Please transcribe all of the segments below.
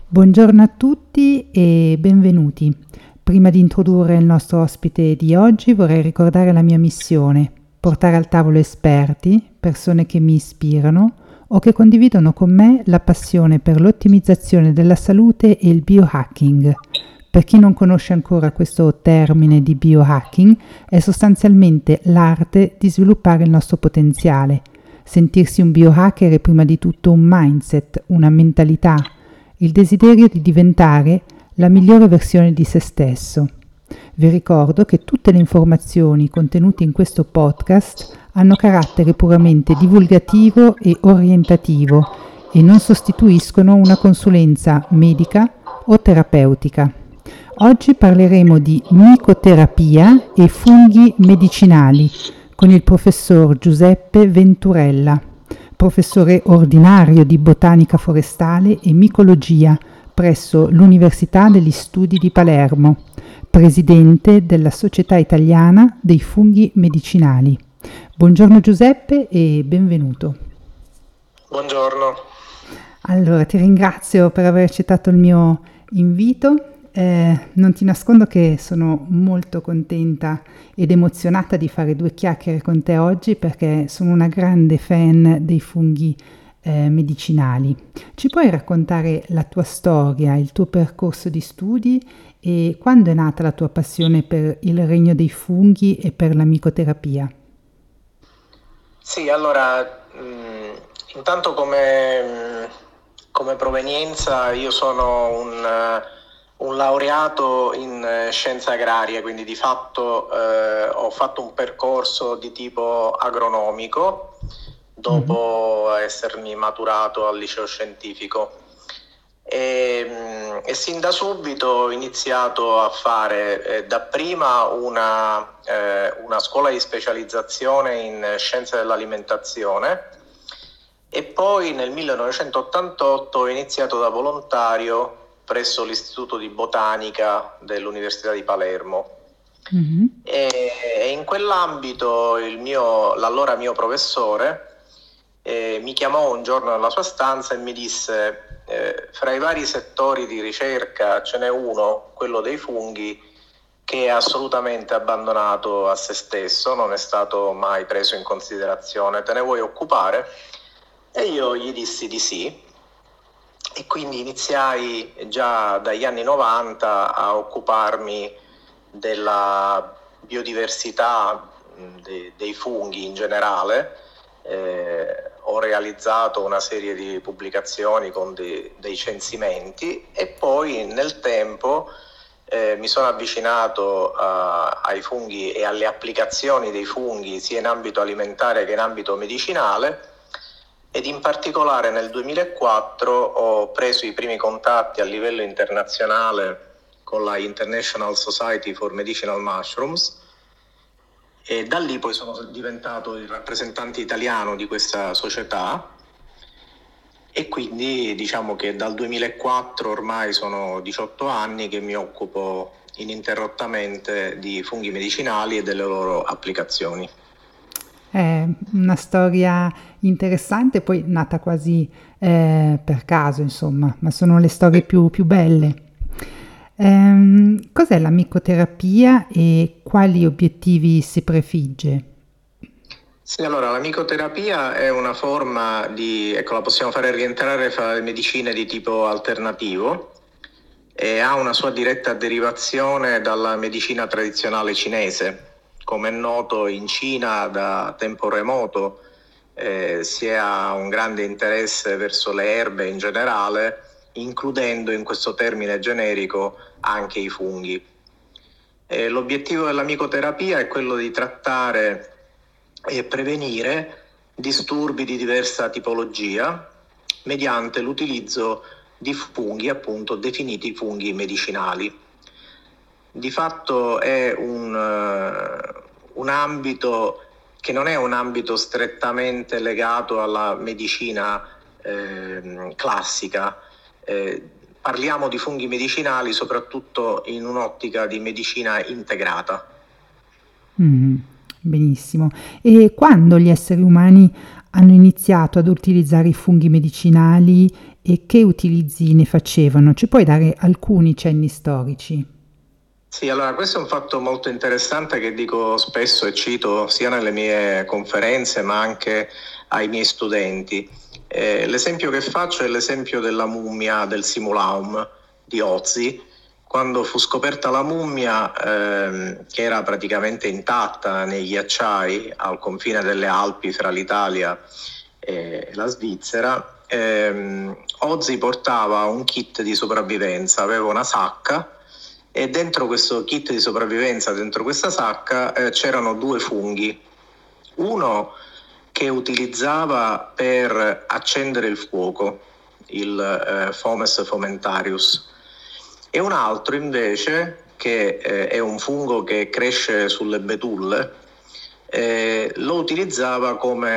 Buongiorno a tutti e benvenuti. Prima di introdurre il nostro ospite di oggi vorrei ricordare la mia missione: portare al tavolo esperti, persone che mi ispirano o che condividono con me la passione per l'ottimizzazione della salute e il biohacking. Per chi non conosce ancora questo termine di biohacking, è sostanzialmente l'arte di sviluppare il nostro potenziale. Sentirsi un biohacker è prima di tutto un mindset, una mentalità, il desiderio di diventare la migliore versione di se stesso. Vi ricordo che tutte le informazioni contenute in questo podcast hanno carattere puramente divulgativo e orientativo e non sostituiscono una consulenza medica o terapeutica. Oggi parleremo di micoterapia e funghi medicinali con il professor Giuseppe Venturella, professore ordinario di botanica forestale e micologia presso l'Università degli Studi di Palermo, presidente della Società Italiana dei Funghi Medicinali. Buongiorno Giuseppe e benvenuto. Buongiorno. Allora, ti ringrazio per aver accettato il mio invito. Non ti nascondo che sono molto contenta ed emozionata di fare due chiacchiere con te oggi perché sono una grande fan dei funghi medicinali. Ci puoi raccontare la tua storia, il tuo percorso di studi e quando è nata la tua passione per il regno dei funghi e per la micoterapia? Sì, allora, intanto come provenienza io sono un laureato in scienze agrarie, quindi di fatto ho fatto un percorso di tipo agronomico dopo essermi maturato al liceo scientifico e sin da subito ho iniziato a fare dapprima una scuola di specializzazione in scienze dell'alimentazione e poi nel 1988 ho iniziato da volontario presso l'Istituto di Botanica dell'Università di Palermo. E in quell'ambito l'allora mio professore mi chiamò un giorno nella sua stanza e mi disse fra i vari settori di ricerca ce n'è uno, quello dei funghi, che è assolutamente abbandonato a se stesso, non è stato mai preso in considerazione, te ne vuoi occupare? E io gli dissi di sì. E quindi iniziai già dagli anni 90 a occuparmi della biodiversità dei funghi in generale. Ho realizzato una serie di pubblicazioni con dei censimenti e poi nel tempo mi sono avvicinato ai funghi e alle applicazioni dei funghi sia in ambito alimentare che in ambito medicinale. Ed in particolare nel 2004 ho preso i primi contatti a livello internazionale con la International Society for Medicinal Mushrooms e da lì poi sono diventato il rappresentante italiano di questa società e quindi diciamo che dal 2004 ormai sono 18 anni che mi occupo ininterrottamente di funghi medicinali e delle loro applicazioni. È una storia interessante, poi nata quasi per caso, insomma, ma sono le storie più belle. Cos'è la micoterapia e quali obiettivi si prefigge? Sì, allora la micoterapia è una forma la possiamo fare rientrare fra le medicine di tipo alternativo e ha una sua diretta derivazione dalla medicina tradizionale cinese. Come è noto, in Cina da tempo remoto si ha un grande interesse verso le erbe in generale, includendo in questo termine generico anche i funghi. L'obiettivo della micoterapia è quello di trattare e prevenire disturbi di diversa tipologia mediante l'utilizzo di funghi, appunto definiti funghi medicinali. Di fatto è un ambito che non è un ambito strettamente legato alla medicina classica. Parliamo di funghi medicinali soprattutto in un'ottica di medicina integrata. Benissimo. E quando gli esseri umani hanno iniziato ad utilizzare i funghi medicinali e che utilizzi ne facevano? Ci puoi dare alcuni cenni storici? Sì, allora questo è un fatto molto interessante che dico spesso e cito sia nelle mie conferenze ma anche ai miei studenti. L'esempio che faccio è l'esempio della mummia del Simulaum di Ozi. Quando fu scoperta la mummia, che era praticamente intatta nei ghiacciai al confine delle Alpi fra l'Italia e la Svizzera, Ozzy portava un kit di sopravvivenza, aveva una sacca e dentro questo kit di sopravvivenza, dentro questa sacca, c'erano due funghi. Uno che utilizzava per accendere il fuoco, il Fomes fomentarius, e un altro invece che è un fungo che cresce sulle betulle, lo utilizzava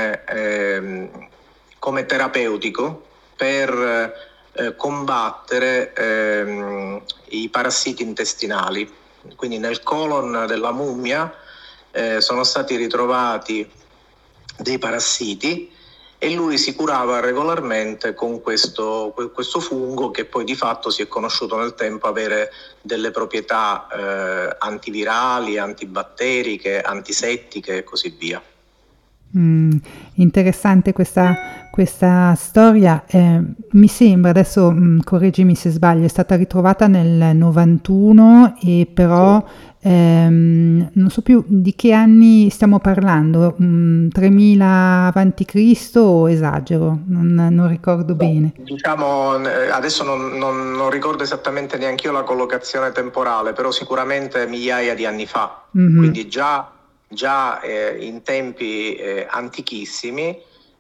come terapeutico per combattere i parassiti intestinali. Quindi nel colon della mummia sono stati ritrovati dei parassiti e lui si curava regolarmente con questo fungo che poi di fatto si è conosciuto nel tempo avere delle proprietà antivirali, antibatteriche, antisettiche e così via. Interessante questa storia. Mi sembra, adesso correggimi se sbaglio, è stata ritrovata nel 91 e però non so più di che anni stiamo parlando, 3000 avanti Cristo o esagero? Non ricordo bene. Diciamo, adesso non ricordo esattamente neanche io la collocazione temporale, però sicuramente migliaia di anni fa, Mhm. quindi già in tempi antichissimi,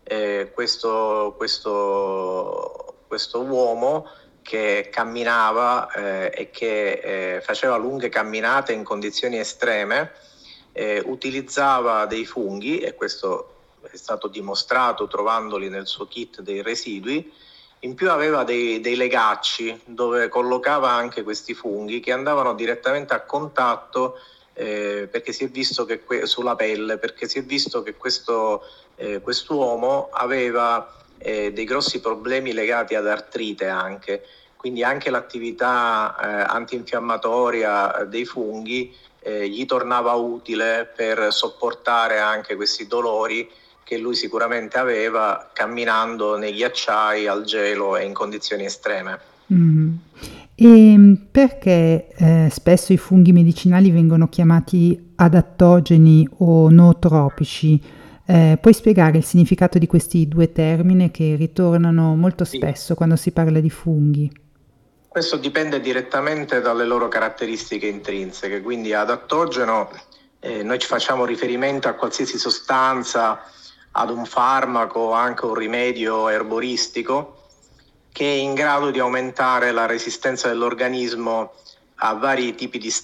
questo uomo che camminava e che faceva lunghe camminate in condizioni estreme, utilizzava dei funghi, e questo è stato dimostrato trovandoli nel suo kit dei residui. In più aveva dei legacci dove collocava anche questi funghi che andavano direttamente a contatto perché si è visto che sulla pelle, perché si è visto che quest'uomo aveva dei grossi problemi legati ad artrite anche, quindi anche l'attività antinfiammatoria dei funghi gli tornava utile per sopportare anche questi dolori che lui sicuramente aveva camminando nei ghiacciai, al gelo e in condizioni estreme. Mm. E perché spesso i funghi medicinali vengono chiamati adattogeni o nootropici? Puoi spiegare il significato di questi due termini che ritornano molto Sì. spesso quando si parla di funghi? Questo dipende direttamente dalle loro caratteristiche intrinseche, quindi adattogeno noi ci facciamo riferimento a qualsiasi sostanza, ad un farmaco, anche un rimedio erboristico che è in grado di aumentare la resistenza dell'organismo a vari tipi di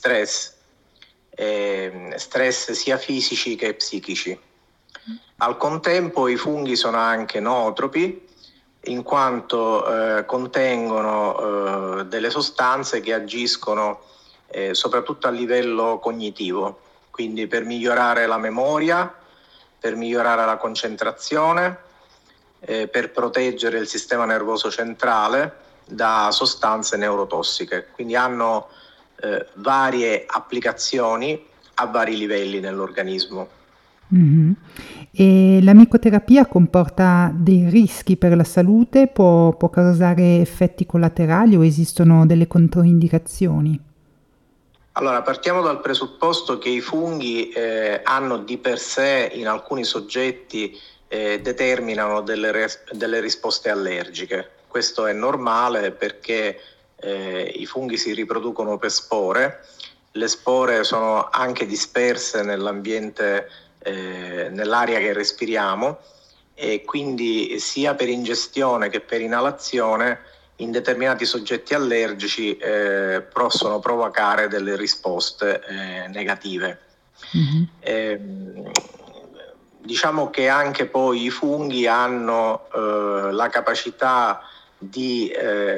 stress sia fisici che psichici. Al contempo i funghi sono anche nootropi, in quanto contengono delle sostanze che agiscono soprattutto a livello cognitivo, quindi per migliorare la memoria, per migliorare la concentrazione, per proteggere il sistema nervoso centrale da sostanze neurotossiche. Quindi hanno varie applicazioni a vari livelli nell'organismo. Mhm. E la micoterapia comporta dei rischi per la salute? Può causare effetti collaterali o esistono delle controindicazioni? Allora, partiamo dal presupposto che i funghi hanno di per sé in alcuni soggetti determinano delle risposte allergiche. Questo è normale perché i funghi si riproducono per spore, le spore sono anche disperse nell'ambiente, nell'aria che respiriamo e quindi sia per ingestione che per inalazione in determinati soggetti allergici possono provocare delle risposte negative. Mhm. Diciamo che anche poi i funghi hanno la capacità di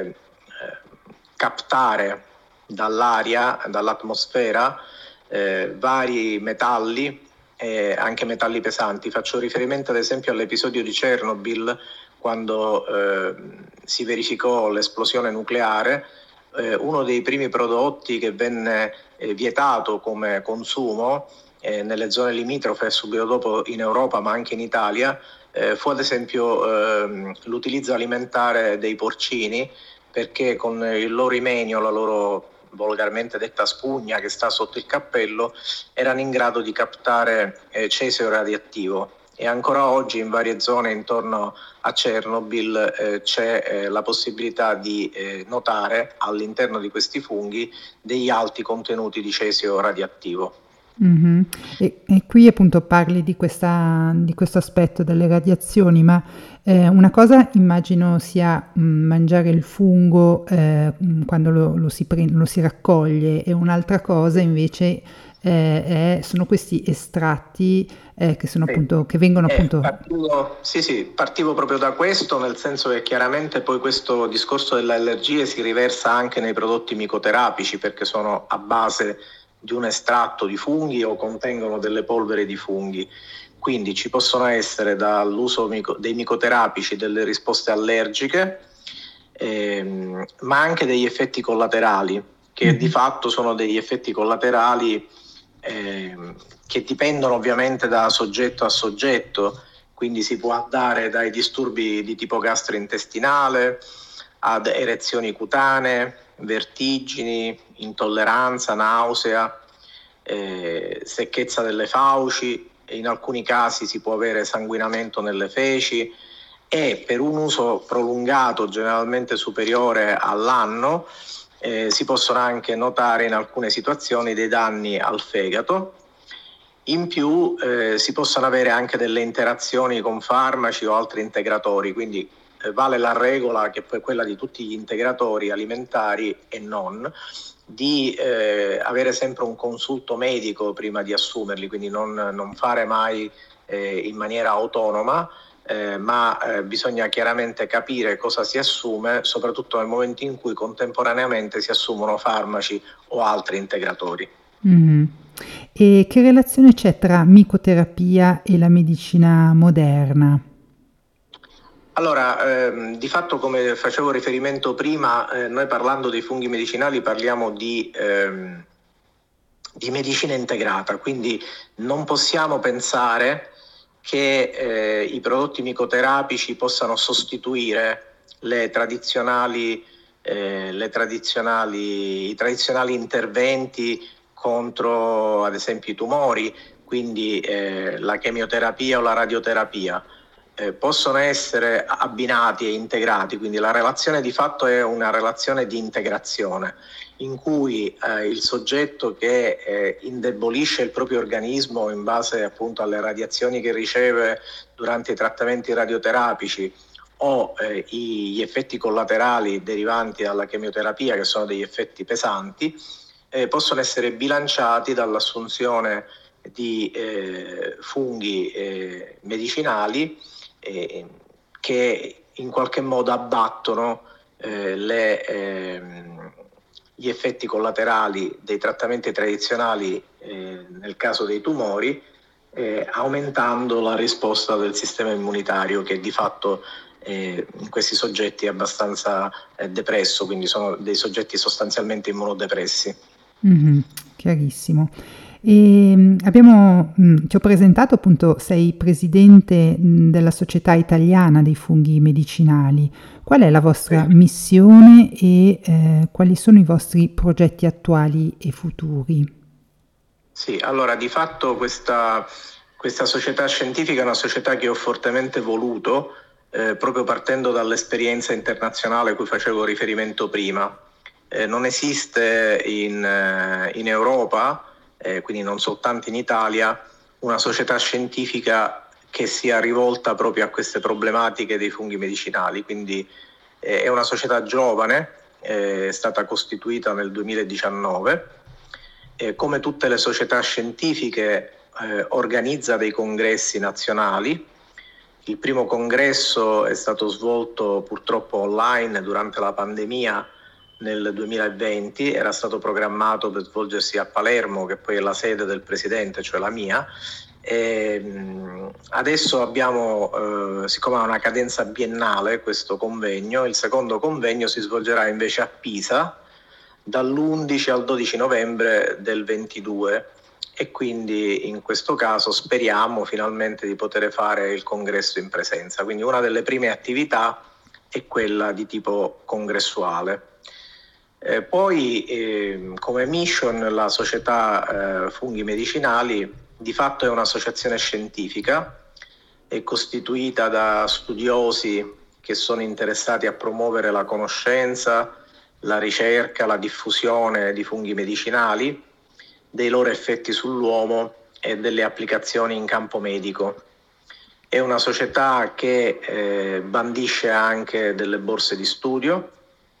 captare dall'aria, dall'atmosfera, vari metalli anche metalli pesanti. Faccio riferimento ad esempio all'episodio di Chernobyl, quando si verificò l'esplosione nucleare. Uno dei primi prodotti che venne vietato come consumo nelle zone limitrofe subito dopo in Europa ma anche in Italia fu ad esempio l'utilizzo alimentare dei porcini, perché con il loro imenio, la loro volgarmente detta spugna che sta sotto il cappello, erano in grado di captare cesio radioattivo. E ancora oggi in varie zone intorno a Chernobyl c'è la possibilità di notare all'interno di questi funghi degli alti contenuti di cesio radioattivo. Mhm. E qui appunto parli di questo aspetto delle radiazioni, ma una cosa immagino sia mangiare il fungo quando lo si raccoglie, e un'altra cosa invece sono questi estratti che sono appunto, che vengono appunto... Partivo proprio da questo, nel senso che chiaramente poi questo discorso delle allergie si riversa anche nei prodotti micoterapici, perché sono a base di un estratto di funghi o contengono delle polveri di funghi. Quindi ci possono essere dall'uso dei micoterapici delle risposte allergiche, ma anche degli effetti collaterali, che di fatto sono degli effetti collaterali che dipendono ovviamente da soggetto a soggetto. Quindi si può andare dai disturbi di tipo gastrointestinale ad erezioni cutanee, vertigini, intolleranza, nausea, secchezza delle fauci, e in alcuni casi si può avere sanguinamento nelle feci, e per un uso prolungato, generalmente superiore all'anno, si possono anche notare in alcune situazioni dei danni al fegato. In più si possono avere anche delle interazioni con farmaci o altri integratori, quindi vale la regola, che poi è quella di tutti gli integratori alimentari e non, di avere sempre un consulto medico prima di assumerli, quindi non fare mai in maniera autonoma, ma bisogna chiaramente capire cosa si assume, soprattutto nel momento in cui contemporaneamente si assumono farmaci o altri integratori. Mhm. E che relazione c'è tra micoterapia e la medicina moderna? Allora, di fatto, come facevo riferimento prima, noi parlando dei funghi medicinali parliamo di medicina integrata, quindi non possiamo pensare che i prodotti micoterapici possano sostituire i tradizionali interventi contro, ad esempio, i tumori, quindi la chemioterapia o la radioterapia. Possono essere abbinati e integrati, quindi la relazione di fatto è una relazione di integrazione, in cui il soggetto che indebolisce il proprio organismo in base appunto alle radiazioni che riceve durante i trattamenti radioterapici o gli effetti collaterali derivanti dalla chemioterapia, che sono degli effetti pesanti, possono essere bilanciati dall'assunzione di funghi medicinali che in qualche modo abbattono gli effetti collaterali dei trattamenti tradizionali nel caso dei tumori, aumentando la risposta del sistema immunitario, che di fatto in questi soggetti è abbastanza depresso, quindi sono dei soggetti sostanzialmente immunodepressi. Chiarissimo. Ti ho presentato appunto, sei presidente della Società Italiana dei Funghi Medicinali. Qual è la vostra missione e quali sono i vostri progetti attuali e futuri? Sì, allora di fatto questa società scientifica è una società che ho fortemente voluto, proprio partendo dall'esperienza internazionale a cui facevo riferimento prima. Non esiste in Europa, quindi non soltanto in Italia, una società scientifica che sia rivolta proprio a queste problematiche dei funghi medicinali. Quindi è una società giovane, è stata costituita nel 2019. Come tutte le società scientifiche organizza dei congressi nazionali. Il primo congresso è stato svolto purtroppo online durante la pandemia nel 2020, era stato programmato per svolgersi a Palermo, che poi è la sede del presidente, cioè la mia, Adesso abbiamo, siccome ha una cadenza biennale questo convegno, il secondo convegno si svolgerà invece a Pisa dall'11 al 12 novembre del 22 e quindi in questo caso speriamo finalmente di poter fare il congresso in presenza. Quindi una delle prime attività è quella di tipo congressuale. Poi come mission la società Funghi Medicinali di fatto è un'associazione scientifica, è costituita da studiosi che sono interessati a promuovere la conoscenza, la ricerca, la diffusione di funghi medicinali, dei loro effetti sull'uomo e delle applicazioni in campo medico. È una società che bandisce anche delle borse di studio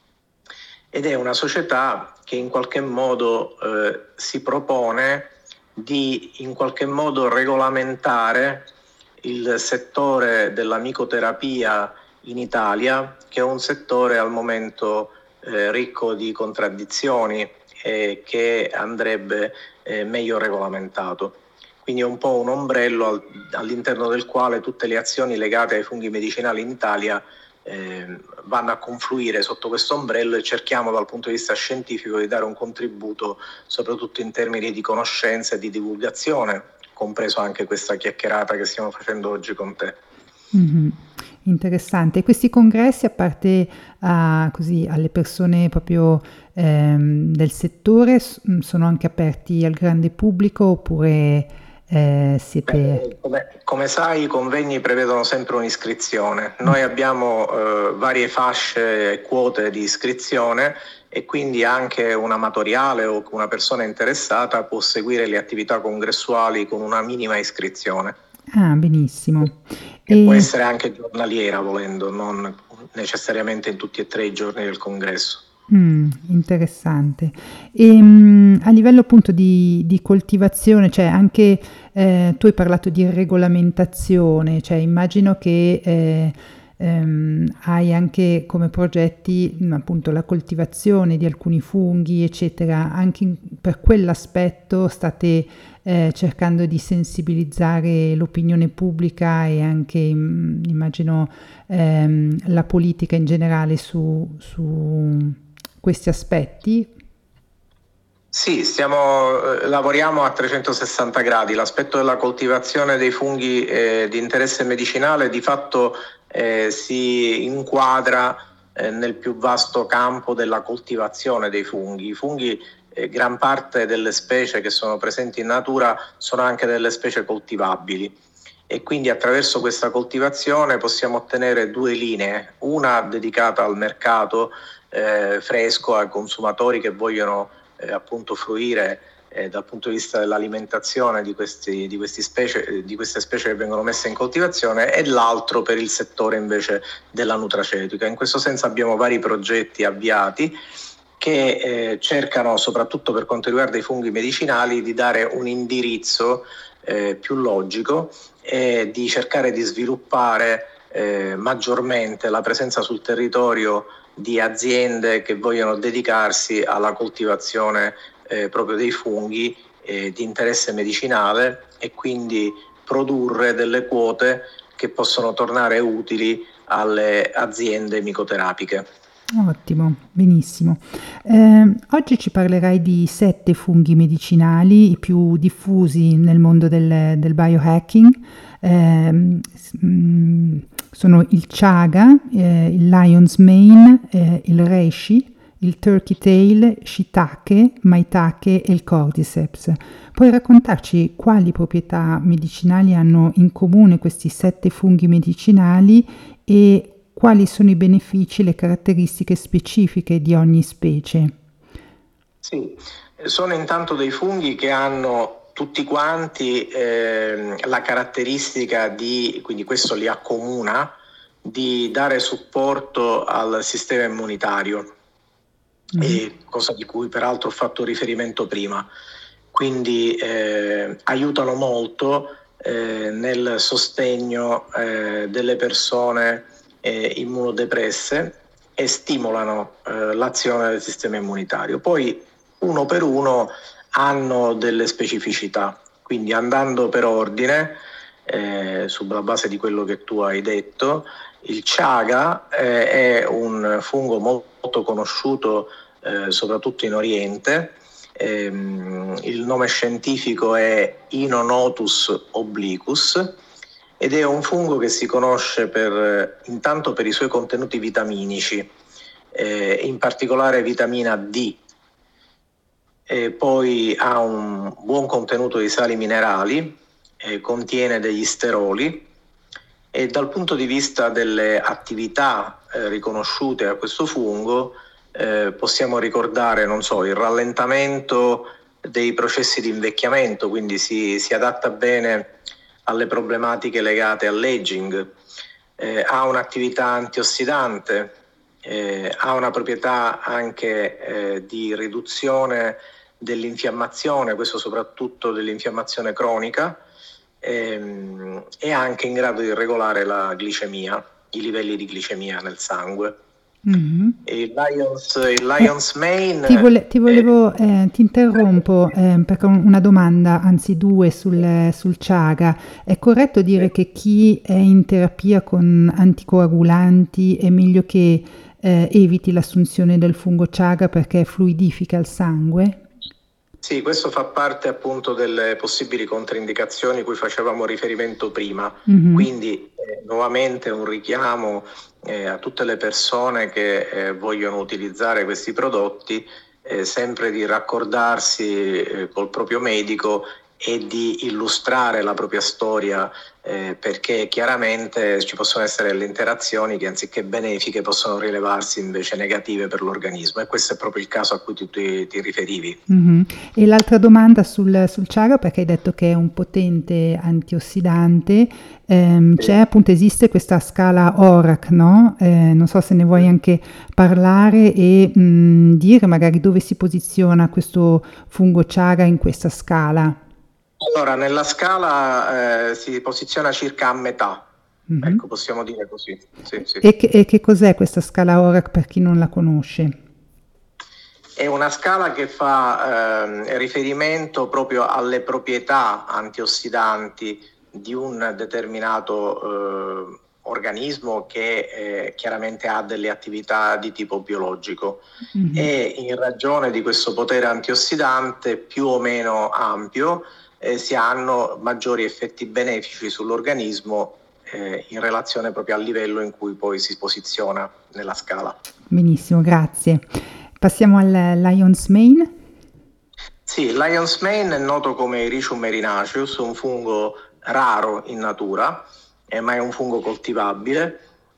ed è una società che in qualche modo si propone di in qualche modo regolamentare il settore della micoterapia in Italia, che è un settore al momento ricco di contraddizioni e che andrebbe meglio regolamentato. Quindi è un po' un ombrello all'interno del quale tutte le azioni legate ai funghi medicinali in Italia vanno a confluire sotto questo ombrello e cerchiamo dal punto di vista scientifico di dare un contributo soprattutto in termini di conoscenza e di divulgazione, compreso anche questa chiacchierata che stiamo facendo oggi con te. Mm-hmm. Interessante. E questi congressi, a parte così, alle persone proprio del settore, sono anche aperti al grande pubblico oppure siete... Come sai, i convegni prevedono sempre un'iscrizione. Noi abbiamo varie fasce e quote di iscrizione e quindi anche un amatoriale o una persona interessata può seguire le attività congressuali con una minima iscrizione. Ah, benissimo. Che può essere anche giornaliera volendo, non necessariamente in tutti e 3 i giorni del congresso. Interessante. A livello appunto di coltivazione, cioè anche tu hai parlato di regolamentazione, cioè immagino che hai anche come progetti appunto la coltivazione di alcuni funghi, eccetera. Anche per quell'aspetto state cercando di sensibilizzare l'opinione pubblica e anche immagino la politica in generale su questi aspetti? Sì, lavoriamo a 360 gradi. L'aspetto della coltivazione dei funghi di interesse medicinale di fatto si inquadra nel più vasto campo della coltivazione dei funghi. I funghi, gran parte delle specie che sono presenti in natura sono anche delle specie coltivabili e quindi attraverso questa coltivazione possiamo ottenere 2 linee, una dedicata al mercato fresco, ai consumatori che vogliono appunto fruire dal punto di vista dell'alimentazione di queste specie che vengono messe in coltivazione, e l'altro per il settore invece della nutraceutica. In questo senso abbiamo vari progetti avviati che cercano, soprattutto per quanto riguarda i funghi medicinali, di dare un indirizzo più logico e di cercare di sviluppare maggiormente la presenza sul territorio di aziende che vogliono dedicarsi alla coltivazione proprio dei funghi di interesse medicinale e quindi produrre delle quote che possono tornare utili alle aziende micoterapiche. Ottimo, benissimo. Oggi ci parlerai di 7 funghi medicinali, i più diffusi nel mondo del biohacking. Sono il chaga, il lion's mane, il reishi, il turkey tail, shiitake, maitake e il cordyceps. Puoi raccontarci quali proprietà medicinali hanno in comune questi 7 funghi medicinali e quali sono i benefici e le caratteristiche specifiche di ogni specie? Sì, sono intanto dei funghi che hanno tutti quanti la caratteristica quindi questo li accomuna, di dare supporto al sistema immunitario, cosa di cui peraltro ho fatto riferimento prima. Quindi aiutano molto nel sostegno delle persone immunodepresse e stimolano l'azione del sistema immunitario. Poi uno per uno hanno delle specificità, Quindi andando per ordine, sulla base di quello che tu hai detto, il chaga è un fungo molto conosciuto soprattutto in Oriente. Il nome scientifico è Inonotus obliquus ed è un fungo che si conosce intanto per i suoi contenuti vitaminici, in particolare vitamina D. Poi ha un buon contenuto di sali minerali, contiene degli steroli e dal punto di vista delle attività riconosciute a questo fungo possiamo ricordare, non so, il rallentamento dei processi di invecchiamento, quindi si adatta bene alle problematiche legate all'aging, ha un'attività antiossidante, ha una proprietà anche di riduzione dell'infiammazione, questo soprattutto dell'infiammazione cronica, è anche in grado di regolare la glicemia, i livelli di glicemia nel sangue. Mm-hmm. Il Lion's Mane. Ti interrompo perché ho una domanda, anzi due sul chaga. È corretto dire che chi è in terapia con anticoagulanti è meglio che eviti l'assunzione del fungo chaga perché fluidifica il sangue? Sì, questo fa parte appunto delle possibili controindicazioni cui facevamo riferimento prima. Mm-hmm. Quindi nuovamente un richiamo a tutte le persone che vogliono utilizzare questi prodotti, sempre di raccordarsi col proprio medico e di illustrare la propria storia, perché chiaramente ci possono essere delle interazioni che anziché benefiche possono rilevarsi invece negative per l'organismo, e questo è proprio il caso a cui tu ti riferivi. Mm-hmm. E l'altra domanda sul chaga, perché hai detto che è un potente antiossidante, c'è appunto, esiste questa scala ORAC, no? Non so se ne vuoi anche parlare e dire magari dove si posiziona questo fungo chaga in questa scala. Allora, nella scala si posiziona circa a metà, ecco, possiamo dire così. Sì, sì. E che cos'è questa scala ORAC per chi non la conosce? È una scala che fa riferimento proprio alle proprietà antiossidanti di un determinato organismo che chiaramente ha delle attività di tipo biologico, e in ragione di questo potere antiossidante più o meno ampio si hanno maggiori effetti benefici sull'organismo in relazione proprio al livello in cui poi si posiziona nella scala. Benissimo, grazie. Passiamo al Lion's Mane. Sì, il Lion's Mane è noto come Ericium erinaceus, un fungo raro in natura, ma è un fungo coltivabile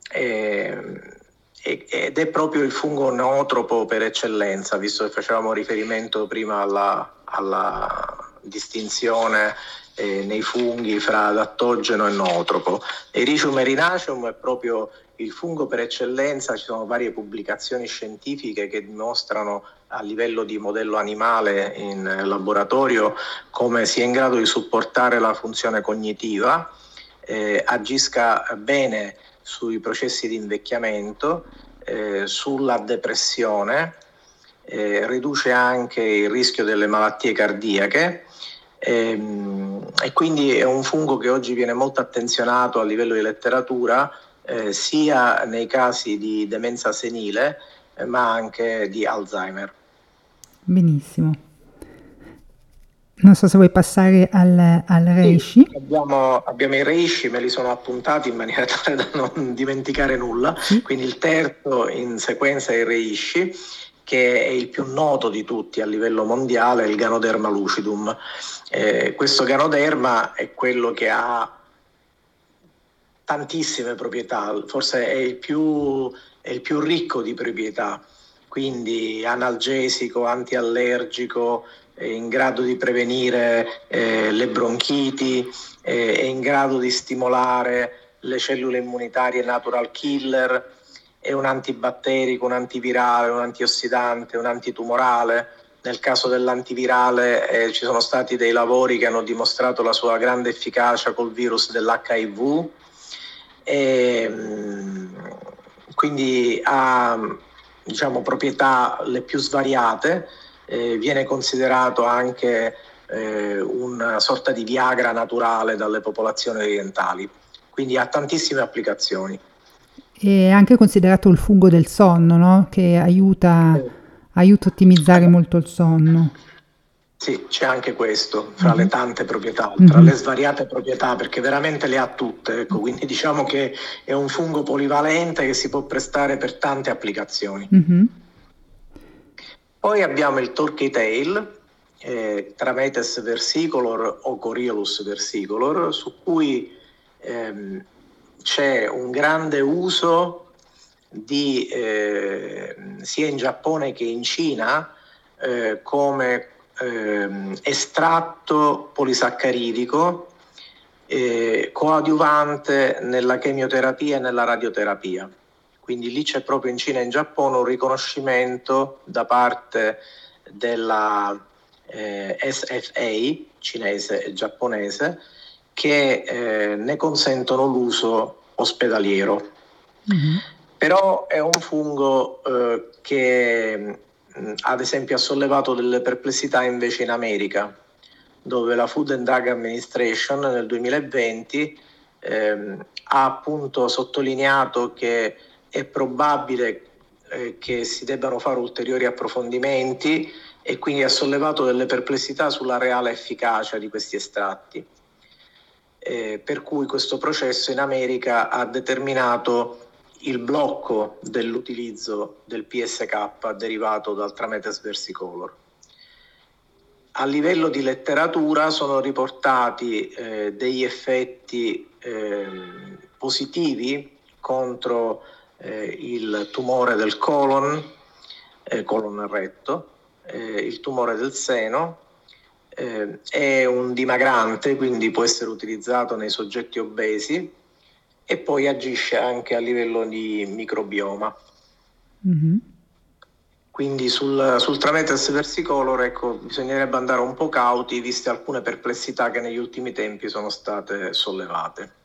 ed è proprio il fungo nootropo per eccellenza, visto che facevamo riferimento prima alla distinzione nei funghi fra adattogeno e nootropo. Ericium erinaceum è proprio il fungo per eccellenza, ci sono varie pubblicazioni scientifiche che dimostrano a livello di modello animale in laboratorio come sia in grado di supportare la funzione cognitiva, agisca bene sui processi di invecchiamento, sulla depressione, riduce anche il rischio delle malattie cardiache, e quindi è un fungo che oggi viene molto attenzionato a livello di letteratura, sia nei casi di demenza senile ma anche di Alzheimer. Benissimo. Non so se vuoi passare al reishi. Sì, abbiamo i reishi, me li sono appuntati in maniera tale da non dimenticare nulla. Sì. Quindi il terzo in sequenza è il reishi, che è il più noto di tutti a livello mondiale, il Ganoderma lucidum. Questo Ganoderma è quello che ha tantissime proprietà, forse è il più ricco di proprietà, quindi analgesico, antiallergico, è in grado di prevenire le bronchiti, è in grado di stimolare le cellule immunitarie natural killer, è un antibatterico, un antivirale, un antiossidante, un antitumorale. Nel caso dell'antivirale ci sono stati dei lavori che hanno dimostrato la sua grande efficacia col virus dell'HIV. Quindi ha, diciamo, proprietà le più svariate, viene considerato anche una sorta di Viagra naturale dalle popolazioni orientali, quindi ha tantissime applicazioni. È anche considerato il fungo del sonno, no? Che aiuta a ottimizzare molto il sonno. Sì, c'è anche questo, fra le tante proprietà, tra Mhm. le svariate proprietà, perché veramente le ha tutte, ecco, quindi diciamo che è un fungo polivalente che si può prestare per tante applicazioni. Mhm. Poi abbiamo il Turkey Tail, Trametes versicolor o Coriolus versicolor, su cui c'è un grande uso sia in Giappone che in Cina come estratto polisaccaridico coadiuvante nella chemioterapia e nella radioterapia. Quindi lì c'è proprio in Cina e in Giappone un riconoscimento da parte della SFA cinese e giapponese che ne consentono l'uso ospedaliero. Mhm. Però è un fungo che ad esempio ha sollevato delle perplessità invece in America, dove la Food and Drug Administration nel 2020 ha appunto sottolineato che è probabile che si debbano fare ulteriori approfondimenti e quindi ha sollevato delle perplessità sulla reale efficacia di questi estratti. Per cui questo processo in America ha determinato il blocco dell'utilizzo del PSK derivato dal Trametes versicolor. A livello di letteratura sono riportati degli effetti positivi contro il tumore del colon retto, il tumore del seno, è un dimagrante, quindi può essere utilizzato nei soggetti obesi e poi agisce anche a livello di microbioma. Mhm. Quindi sul Trametes versicolor, ecco, bisognerebbe andare un po' cauti, viste alcune perplessità che negli ultimi tempi sono state sollevate.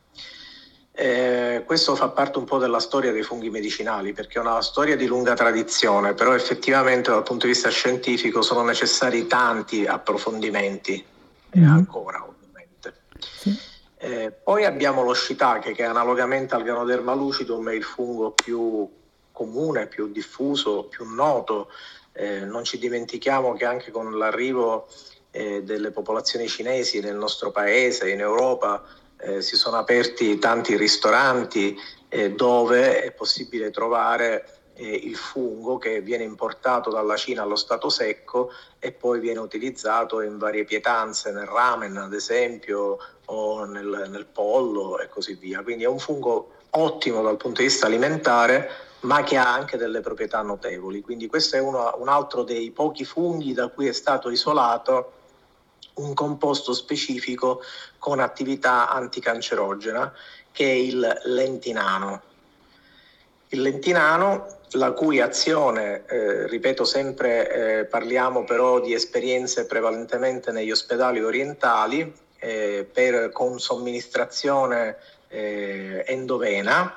Questo fa parte un po' della storia dei funghi medicinali, perché è una storia di lunga tradizione, però effettivamente dal punto di vista scientifico sono necessari tanti approfondimenti, ancora ovviamente. Sì. Poi abbiamo lo shiitake, che analogamente al Ganoderma lucidum è il fungo più comune, più diffuso, più noto. Non ci dimentichiamo che anche con l'arrivo delle popolazioni cinesi nel nostro paese, in Europa, si sono aperti tanti ristoranti dove è possibile trovare il fungo che viene importato dalla Cina allo stato secco e poi viene utilizzato in varie pietanze, nel ramen ad esempio, o nel pollo e così via. Quindi è un fungo ottimo dal punto di vista alimentare, ma che ha anche delle proprietà notevoli. Quindi questo è un altro dei pochi funghi da cui è stato isolato un composto specifico con attività anticancerogena, che è il lentinano. Il lentinano, la cui azione, ripeto sempre, parliamo però di esperienze prevalentemente negli ospedali orientali, con somministrazione endovena,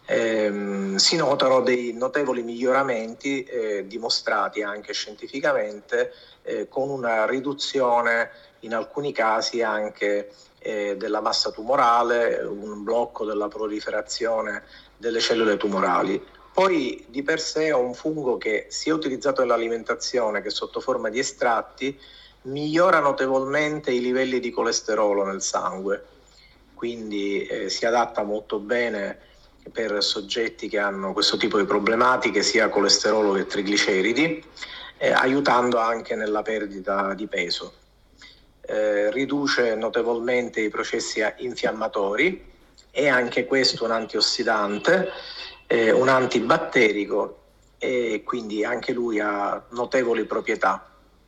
si notano dei notevoli miglioramenti dimostrati anche scientificamente con una riduzione in alcuni casi anche della massa tumorale, un blocco della proliferazione delle cellule tumorali. Poi di per sé è un fungo che sia utilizzato nell'alimentazione che sotto forma di estratti migliora notevolmente i livelli di colesterolo nel sangue, quindi si adatta molto bene per soggetti che hanno questo tipo di problematiche, sia colesterolo che trigliceridi, aiutando anche nella perdita di peso. Riduce notevolmente i processi infiammatori, è anche questo un antiossidante, un antibatterico e quindi anche lui ha notevoli proprietà.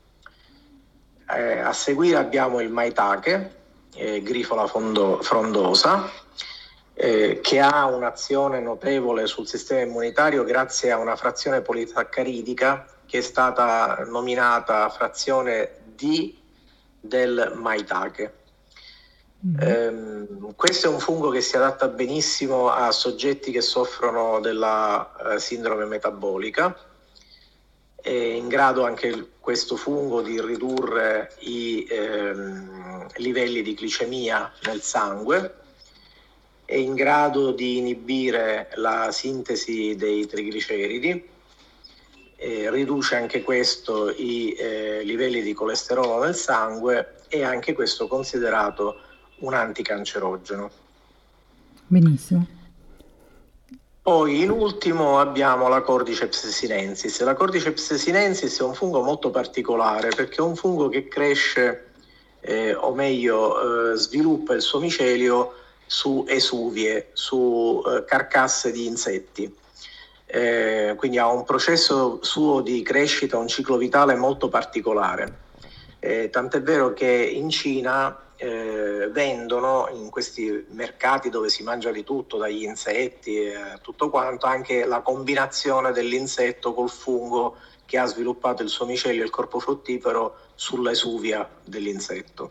A seguire abbiamo il maitake, Grifola frondosa, che ha un'azione notevole sul sistema immunitario grazie a una frazione polisaccharidica che è stata nominata frazione D del maitake. Questo è un fungo che si adatta benissimo a soggetti che soffrono della sindrome metabolica è in grado anche questo fungo di ridurre i livelli di glicemia nel sangue, è in grado di inibire la sintesi dei trigliceridi, riduce anche questo i livelli di colesterolo nel sangue, e anche questo considerato un anticancerogeno. Benissimo. Poi in ultimo abbiamo la Cordyceps sinensis. La Cordyceps sinensis è un fungo molto particolare perché è un fungo che cresce, o meglio sviluppa il suo micelio su esuvie, su carcasse di insetti. Quindi ha un processo suo di crescita, un ciclo vitale molto particolare. Tant'è vero che in Cina vendono in questi mercati dove si mangia di tutto, dagli insetti e tutto quanto, anche la combinazione dell'insetto col fungo che ha sviluppato il suo micelio, il corpo fruttifero, sulla esuvia dell'insetto.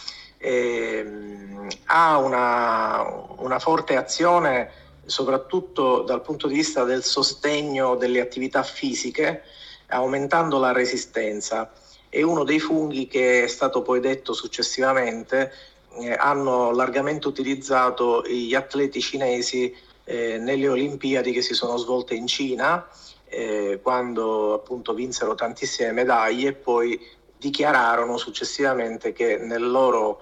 Ha una forte azione soprattutto dal punto di vista del sostegno delle attività fisiche, aumentando la resistenza. È uno dei funghi che è stato poi detto successivamente hanno largamente utilizzato gli atleti cinesi nelle Olimpiadi che si sono svolte in Cina, quando appunto vinsero tantissime medaglie, e poi dichiararono successivamente che nella loro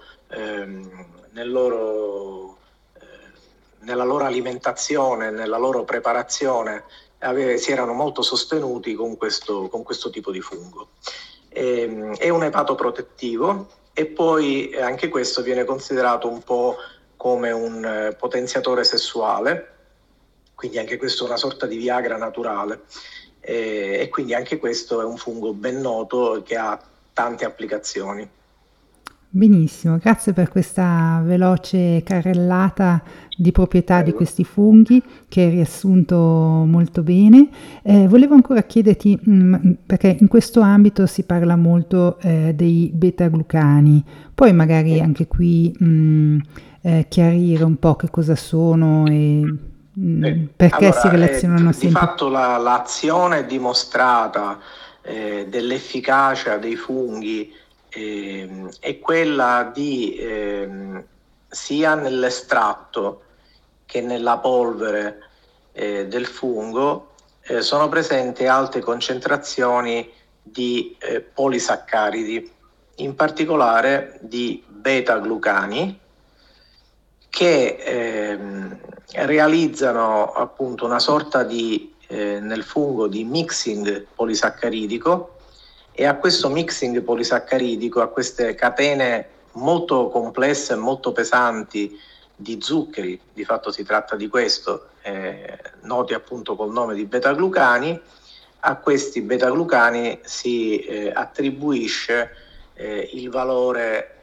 alimentazione, nella loro preparazione, si erano molto sostenuti con questo tipo di fungo. È un epatoprotettivo, e poi anche questo viene considerato un po' come un potenziatore sessuale, quindi anche questo è una sorta di Viagra naturale, e quindi anche questo è un fungo ben noto che ha tante applicazioni. Benissimo, grazie per questa veloce carrellata di proprietà di Prego. questi funghi che hai riassunto molto bene. Volevo ancora chiederti, perché in questo ambito si parla molto dei beta-glucani, puoi magari anche qui chiarire un po' che cosa sono e perché si Allora, relazionano di sempre. fatto l'azione dimostrata dell'efficacia dei funghi è quella di sia nell'estratto che nella polvere del fungo sono presenti alte concentrazioni di polisaccaridi, in particolare di beta-glucani, che realizzano appunto una sorta di nel fungo di mixing polisaccaridico, e a questo mixing polisaccharidico, a queste catene molto complesse e molto pesanti di zuccheri, di fatto si tratta di questo, noti appunto col nome di beta-glucani, a questi beta-glucani si attribuisce il valore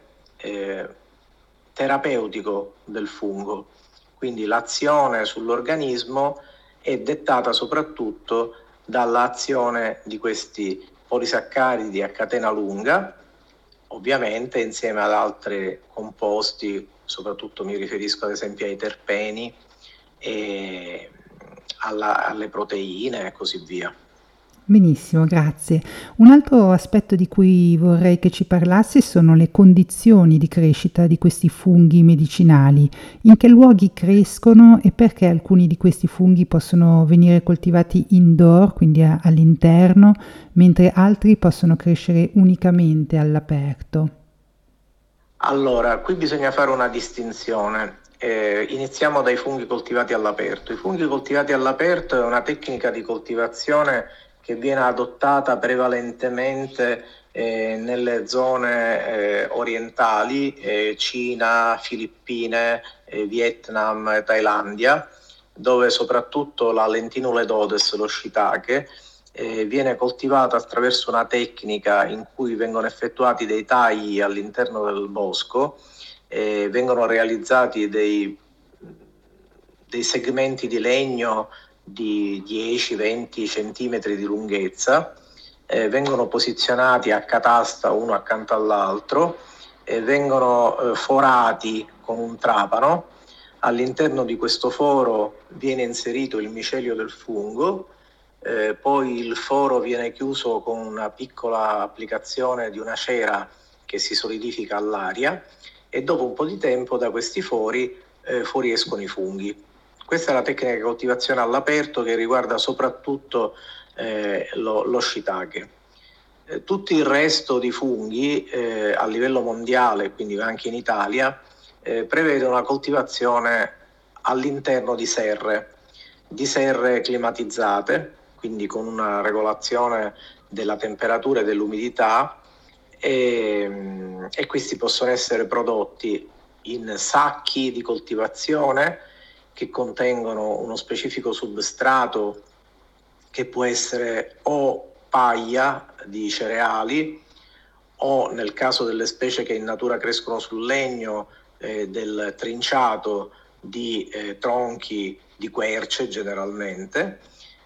terapeutico del fungo. Quindi l'azione sull'organismo è dettata soprattutto dall'azione di questi polisaccaridi a catena lunga, ovviamente insieme ad altri composti, soprattutto mi riferisco ad esempio ai terpeni e alle proteine e così via. Benissimo, grazie. Un altro aspetto di cui vorrei che ci parlassi sono le condizioni di crescita di questi funghi medicinali. In che luoghi crescono e perché alcuni di questi funghi possono venire coltivati indoor, quindi all'interno, mentre altri possono crescere unicamente all'aperto? Allora, qui bisogna fare una distinzione. Iniziamo dai funghi coltivati all'aperto. I funghi coltivati all'aperto è una tecnica di coltivazione che viene adottata prevalentemente nelle zone orientali, Cina, Filippine, Vietnam, Thailandia, dove soprattutto la Lentinula edodes, lo shiitake, viene coltivata attraverso una tecnica in cui vengono effettuati dei tagli all'interno del bosco, vengono realizzati dei segmenti di legno di 10-20 centimetri di lunghezza, vengono posizionati a catasta uno accanto all'altro, vengono forati con un trapano. All'interno di questo foro viene inserito il micelio del fungo, poi il foro viene chiuso con una piccola applicazione di una cera che si solidifica all'aria e dopo un po' di tempo da questi fori fuoriescono i funghi. Questa è la tecnica di coltivazione all'aperto che riguarda soprattutto lo shiitake. Tutto il resto di funghi a livello mondiale, quindi anche in Italia, prevede una coltivazione all'interno di serre climatizzate, quindi con una regolazione della temperatura e dell'umidità, e questi possono essere prodotti in sacchi di coltivazione che contengono uno specifico substrato che può essere o paglia di cereali o, nel caso delle specie che in natura crescono sul legno, del trinciato di tronchi di querce generalmente.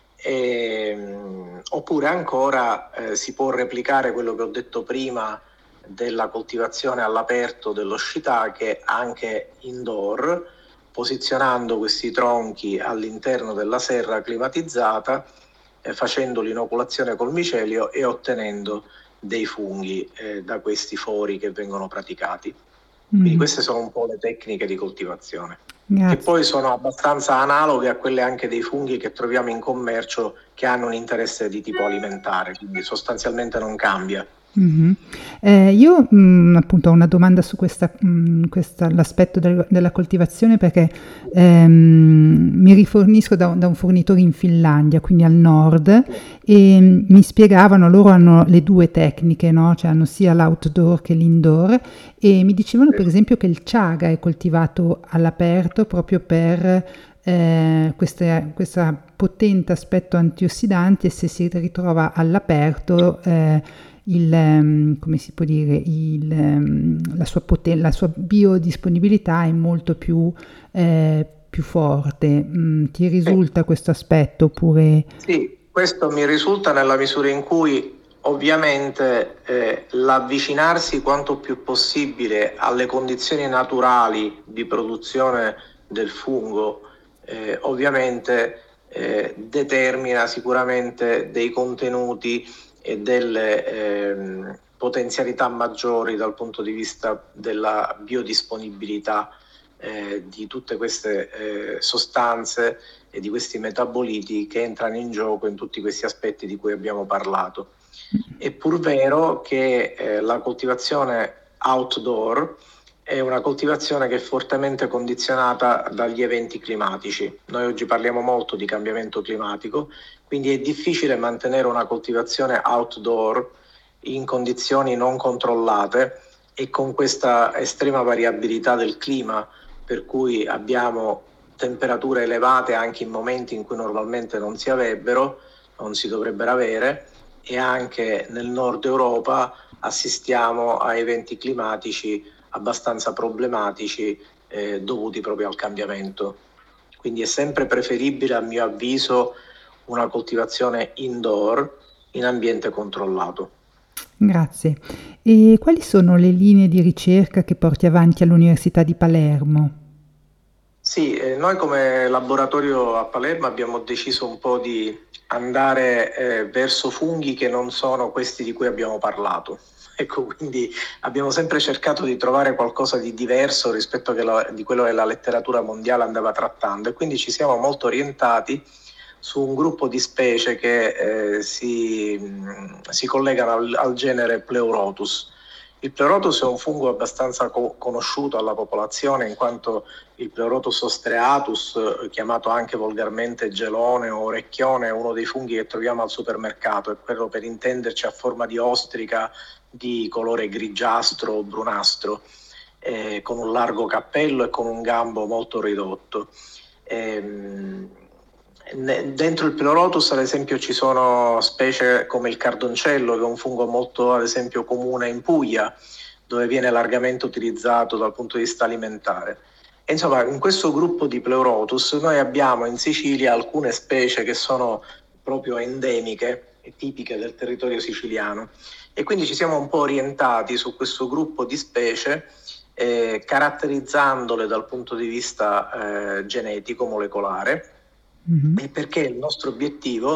Oppure ancora si può replicare quello che ho detto prima della coltivazione all'aperto dello shiitake anche indoor, posizionando questi tronchi all'interno della serra climatizzata, facendo l'inoculazione col micelio e ottenendo dei funghi da questi fori che vengono praticati. Quindi queste sono un po' le tecniche di coltivazione, che poi sono abbastanza analoghe a quelle anche dei funghi che troviamo in commercio che hanno un interesse di tipo alimentare, quindi sostanzialmente non cambia. Io appunto ho una domanda su l'aspetto della coltivazione perché mi rifornisco da un fornitore in Finlandia, quindi al nord, e mi spiegavano, loro hanno le due tecniche, no? Cioè hanno sia l'outdoor che l'indoor, e mi dicevano per esempio che il chaga è coltivato all'aperto proprio per questo potente aspetto antiossidanti, e se si ritrova all'aperto come si può dire, la sua biodisponibilità è molto più forte. Ti risulta questo aspetto oppure? Sì, questo mi risulta nella misura in cui ovviamente l'avvicinarsi quanto più possibile alle condizioni naturali di produzione del fungo ovviamente determina sicuramente dei contenuti e delle potenzialità maggiori dal punto di vista della biodisponibilità di tutte queste sostanze e di questi metaboliti che entrano in gioco in tutti questi aspetti di cui abbiamo parlato. È pur vero che la coltivazione outdoor è una coltivazione che è fortemente condizionata dagli eventi climatici. Noi oggi parliamo molto di cambiamento climatico, quindi è difficile mantenere una coltivazione outdoor in condizioni non controllate e con questa estrema variabilità del clima, per cui abbiamo temperature elevate anche in momenti in cui normalmente non si avrebbero, non si dovrebbero avere, e anche nel nord Europa assistiamo a eventi climatici abbastanza problematici dovuti proprio al cambiamento. Quindi è sempre preferibile, a mio avviso, una coltivazione indoor in ambiente controllato. Grazie. E quali sono le linee di ricerca che porti avanti all'Università di Palermo? Sì, noi come laboratorio a Palermo abbiamo deciso un po' di andare verso funghi che non sono questi di cui abbiamo parlato. Ecco, quindi abbiamo sempre cercato di trovare qualcosa di diverso rispetto di quello che la letteratura mondiale andava trattando, e quindi ci siamo molto orientati su un gruppo di specie che si collegano al genere Pleurotus. Il Pleurotus è un fungo abbastanza conosciuto alla popolazione, in quanto il Pleurotus ostreatus, chiamato anche volgarmente gelone o orecchione, è uno dei funghi che troviamo al supermercato, è quello, per intenderci, a forma di ostrica di colore grigiastro o brunastro, con un largo cappello e con un gambo molto ridotto. Dentro il Pleurotus, ad esempio, ci sono specie come il cardoncello, che è un fungo molto, ad esempio, comune in Puglia, dove viene largamente utilizzato dal punto di vista alimentare. E insomma, in questo gruppo di Pleurotus noi abbiamo in Sicilia alcune specie che sono proprio endemiche e tipiche del territorio siciliano, e quindi ci siamo un po' orientati su questo gruppo di specie, caratterizzandole dal punto di vista genetico, molecolare, e perché il nostro obiettivo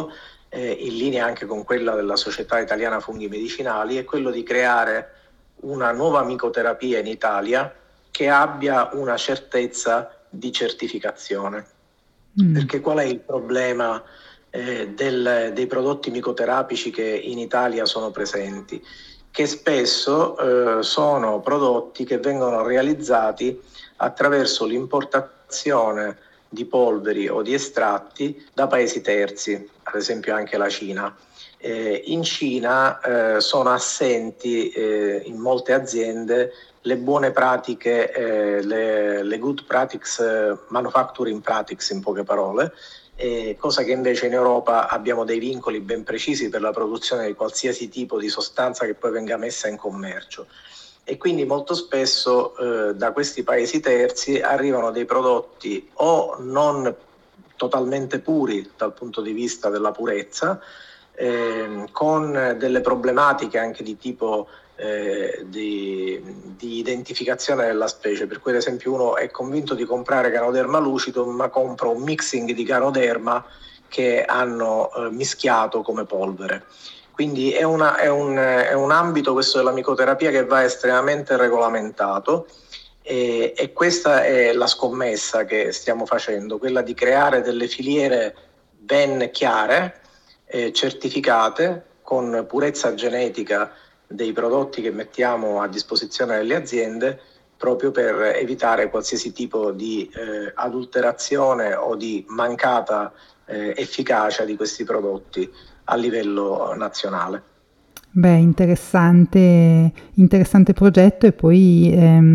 in linea anche con quella della Società Italiana Funghi Medicinali, è quello di creare una nuova micoterapia in Italia che abbia una certezza di certificazione. Perché qual è il problema dei prodotti micoterapici che in Italia sono presenti? Che spesso sono prodotti che vengono realizzati attraverso l'importazione di polveri o di estratti da paesi terzi, ad esempio anche la Cina. In Cina sono assenti in molte aziende le buone pratiche, le good practices, manufacturing practices in poche parole, cosa che invece in Europa abbiamo dei vincoli ben precisi per la produzione di qualsiasi tipo di sostanza che poi venga messa in commercio. E quindi molto spesso da questi paesi terzi arrivano dei prodotti o non totalmente puri dal punto di vista della purezza, con delle problematiche anche di tipo di identificazione della specie, per cui ad esempio uno è convinto di comprare Ganoderma lucido ma compra un mixing di Ganoderma che hanno mischiato come polvere. Quindi è un ambito, questo della micoterapia, che va estremamente regolamentato, e questa è la scommessa che stiamo facendo, quella di creare delle filiere ben chiare, certificate, con purezza genetica dei prodotti che mettiamo a disposizione delle aziende, proprio per evitare qualsiasi tipo di adulterazione o di mancata efficacia di questi prodotti a livello nazionale. Beh, interessante progetto, e poi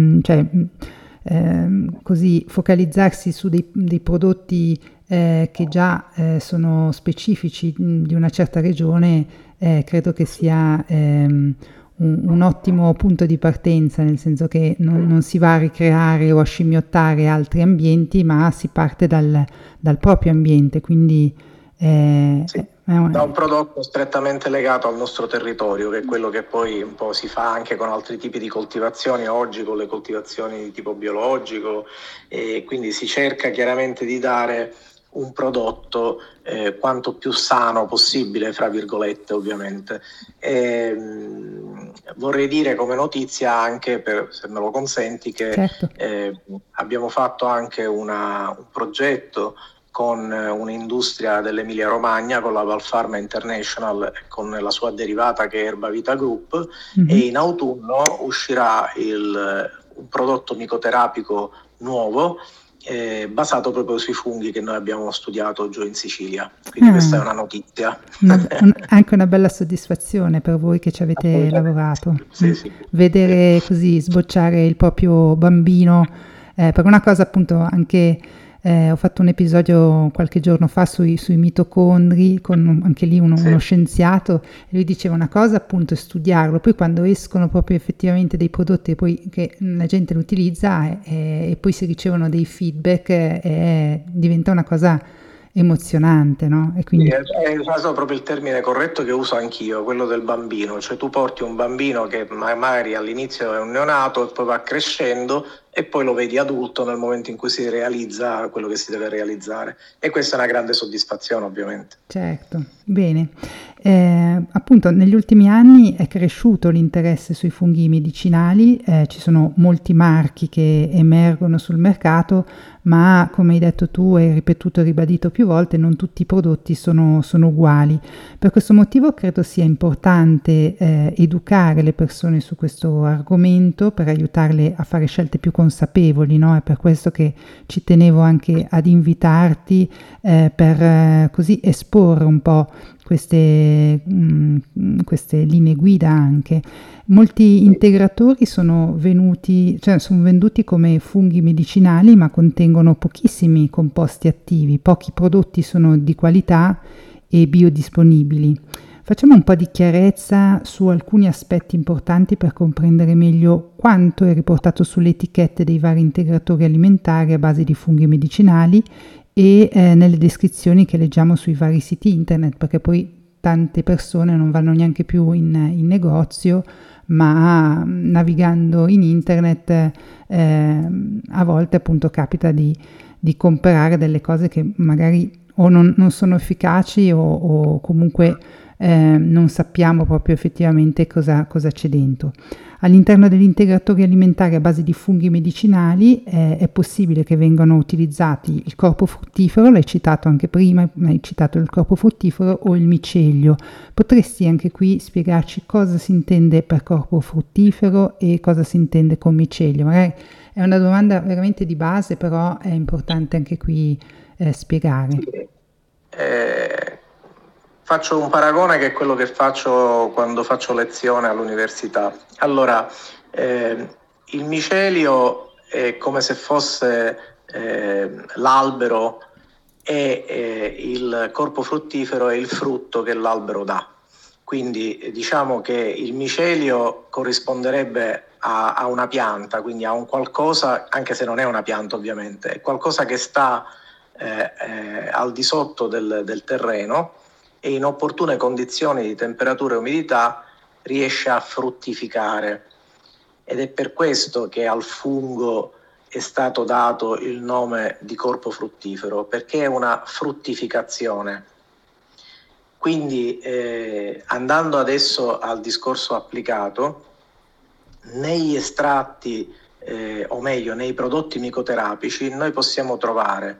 così focalizzarsi su dei prodotti che già sono specifici di una certa regione, credo che sia un ottimo punto di partenza, nel senso che non si va a ricreare o a scimmiottare altri ambienti, ma si parte dal proprio ambiente, quindi sì, da un prodotto strettamente legato al nostro territorio, che è quello che poi un po' si fa anche con altri tipi di coltivazioni oggi, con le coltivazioni di tipo biologico, e quindi si cerca chiaramente di dare un prodotto quanto più sano possibile, fra virgolette ovviamente. Vorrei dire come notizia anche, se me lo consenti, che certo. abbiamo fatto anche un progetto con un'industria dell'Emilia Romagna, con la Valpharma International, con la sua derivata che è Erbavita Group, e in autunno uscirà un prodotto micoterapico nuovo basato proprio sui funghi che noi abbiamo studiato giù in Sicilia. Quindi questa è una notizia. Anche una bella soddisfazione per voi che ci avete lavorato. Sì. Vedere così sbocciare il proprio bambino, per una cosa appunto anche... ho fatto un episodio qualche giorno fa sui mitocondri con anche lì uno scienziato, e lui diceva una cosa appunto è studiarlo, poi quando escono proprio effettivamente dei prodotti e poi che la gente lo utilizza e poi si ricevono dei feedback, diventa una cosa emozionante, no? E quindi... È usato proprio il termine corretto che uso anch'io, quello del bambino, cioè tu porti un bambino che magari all'inizio è un neonato e poi va crescendo e poi lo vedi adulto nel momento in cui si realizza quello che si deve realizzare, e questa è una grande soddisfazione ovviamente. Certo, bene. Appunto negli ultimi anni è cresciuto l'interesse sui funghi medicinali, ci sono molti marchi che emergono sul mercato, ma come hai detto tu e ripetuto e ribadito più volte, non tutti i prodotti sono uguali. Per questo motivo credo sia importante educare le persone su questo argomento per aiutarle a fare scelte più consapevoli, no? È per questo che ci tenevo anche ad invitarti per così esporre un po' queste linee guida anche. Molti integratori sono venduti come funghi medicinali, ma contengono pochissimi composti attivi, pochi prodotti sono di qualità e biodisponibili. Facciamo un po' di chiarezza su alcuni aspetti importanti per comprendere meglio quanto è riportato sulle etichette dei vari integratori alimentari a base di funghi medicinali e nelle descrizioni che leggiamo sui vari siti internet, perché poi tante persone non vanno neanche più in negozio, ma navigando in internet a volte appunto capita di comprare delle cose che magari o non sono efficaci o comunque non sappiamo proprio effettivamente cosa c'è dentro. All'interno degli integratori alimentari a base di funghi medicinali è possibile che vengano utilizzati il corpo fruttifero, l'hai citato anche prima, hai citato il corpo fruttifero o il micelio. Potresti anche qui spiegarci cosa si intende per corpo fruttifero e cosa si intende con micelio? Magari è una domanda veramente di base, però è importante anche qui spiegare. Faccio un paragone che è quello che faccio quando faccio lezione all'università. Allora, il micelio è come se fosse l'albero e il corpo fruttifero è il frutto che l'albero dà. Quindi diciamo che il micelio corrisponderebbe a una pianta, quindi a un qualcosa, anche se non è una pianta ovviamente, è qualcosa che sta al di sotto del terreno e in opportune condizioni di temperatura e umidità riesce a fruttificare. Ed è per questo che al fungo è stato dato il nome di corpo fruttifero, perché è una fruttificazione. Quindi andando adesso al discorso applicato, negli estratti o meglio nei prodotti micoterapici noi possiamo trovare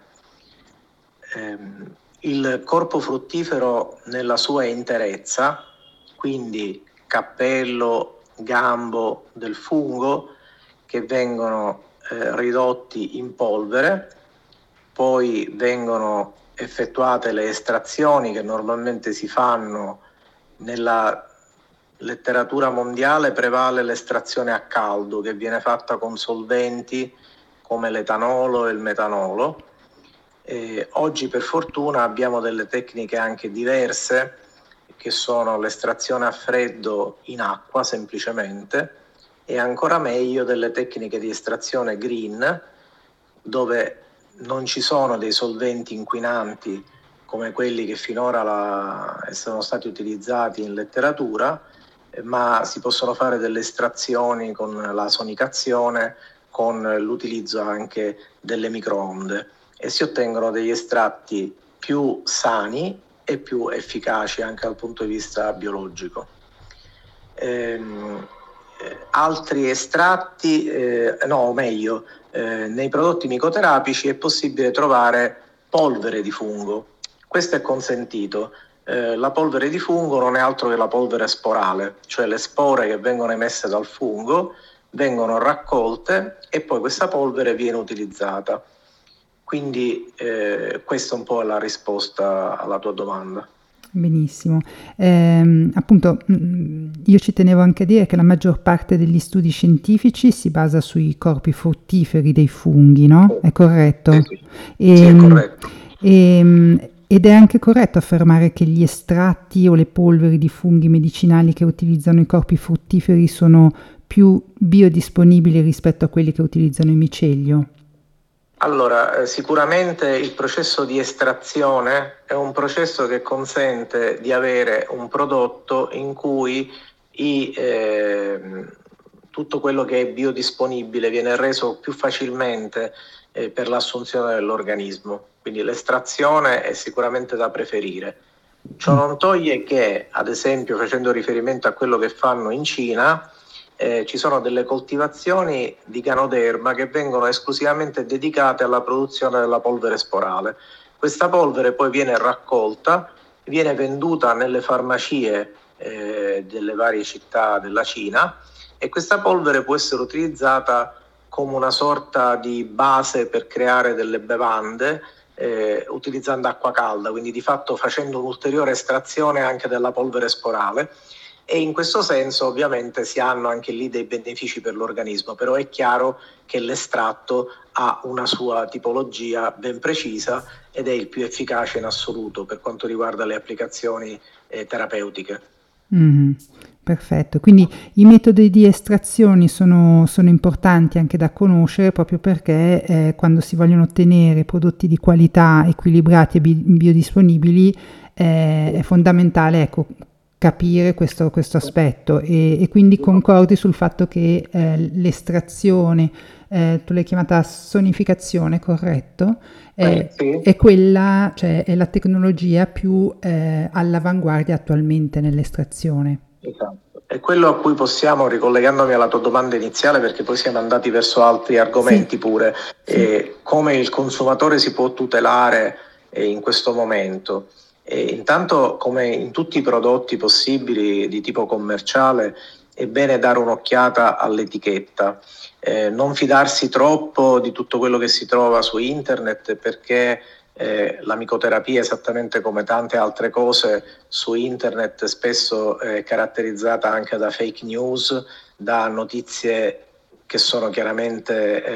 il corpo fruttifero nella sua interezza, quindi cappello, gambo del fungo, che vengono ridotti in polvere, poi vengono effettuate le estrazioni che normalmente si fanno. Nella letteratura mondiale prevale l'estrazione a caldo, che viene fatta con solventi come l'etanolo e il metanolo. Oggi per fortuna abbiamo delle tecniche anche diverse, che sono l'estrazione a freddo in acqua semplicemente, e ancora meglio delle tecniche di estrazione green, dove non ci sono dei solventi inquinanti come quelli che finora sono stati utilizzati in letteratura, ma si possono fare delle estrazioni con la sonicazione, con l'utilizzo anche delle microonde, e si ottengono degli estratti più sani e più efficaci anche dal punto di vista biologico. Altri estratti, nei prodotti micoterapici è possibile trovare polvere di fungo. Questo è consentito. La polvere di fungo non è altro che la polvere sporale, cioè le spore che vengono emesse dal fungo vengono raccolte e poi questa polvere viene utilizzata. Quindi questa è un po' la risposta alla tua domanda. Benissimo. Appunto, io ci tenevo anche a dire che la maggior parte degli studi scientifici si basa sui corpi fruttiferi dei funghi, no? È corretto? Sì, è corretto. Ed è anche corretto affermare che gli estratti o le polveri di funghi medicinali che utilizzano i corpi fruttiferi sono più biodisponibili rispetto a quelli che utilizzano il micelio? Allora, sicuramente il processo di estrazione è un processo che consente di avere un prodotto in cui tutto quello che è biodisponibile viene reso più facilmente per l'assunzione dell'organismo. Quindi l'estrazione è sicuramente da preferire. Ciò non toglie che, ad esempio, facendo riferimento a quello che fanno in Cina, ci sono delle coltivazioni di Ganoderma che vengono esclusivamente dedicate alla produzione della polvere sporale. Questa polvere poi viene raccolta, viene venduta nelle farmacie delle varie città della Cina, e questa polvere può essere utilizzata come una sorta di base per creare delle bevande utilizzando acqua calda, quindi di fatto facendo un'ulteriore estrazione anche della polvere sporale. E in questo senso ovviamente si hanno anche lì dei benefici per l'organismo, però è chiaro che l'estratto ha una sua tipologia ben precisa ed è il più efficace in assoluto per quanto riguarda le applicazioni terapeutiche. Perfetto, quindi i metodi di estrazione sono importanti anche da conoscere, proprio perché quando si vogliono ottenere prodotti di qualità, equilibrati e biodisponibili, è fondamentale, ecco, capire questo aspetto e quindi concordi sul fatto che l'estrazione, tu l'hai chiamata sonificazione, corretto? Sì. È quella, cioè è la tecnologia più all'avanguardia attualmente nell'estrazione. Esatto. È quello a cui possiamo, ricollegandomi alla tua domanda iniziale, perché poi siamo andati verso altri Sì, argomenti pure, sì. come il consumatore si può tutelare in questo momento. Intanto, come in tutti i prodotti possibili di tipo commerciale, è bene dare un'occhiata all'etichetta. Non fidarsi troppo di tutto quello che si trova su internet, perché la micoterapia, esattamente come tante altre cose su internet, spesso è caratterizzata anche da fake news, da notizie che sono chiaramente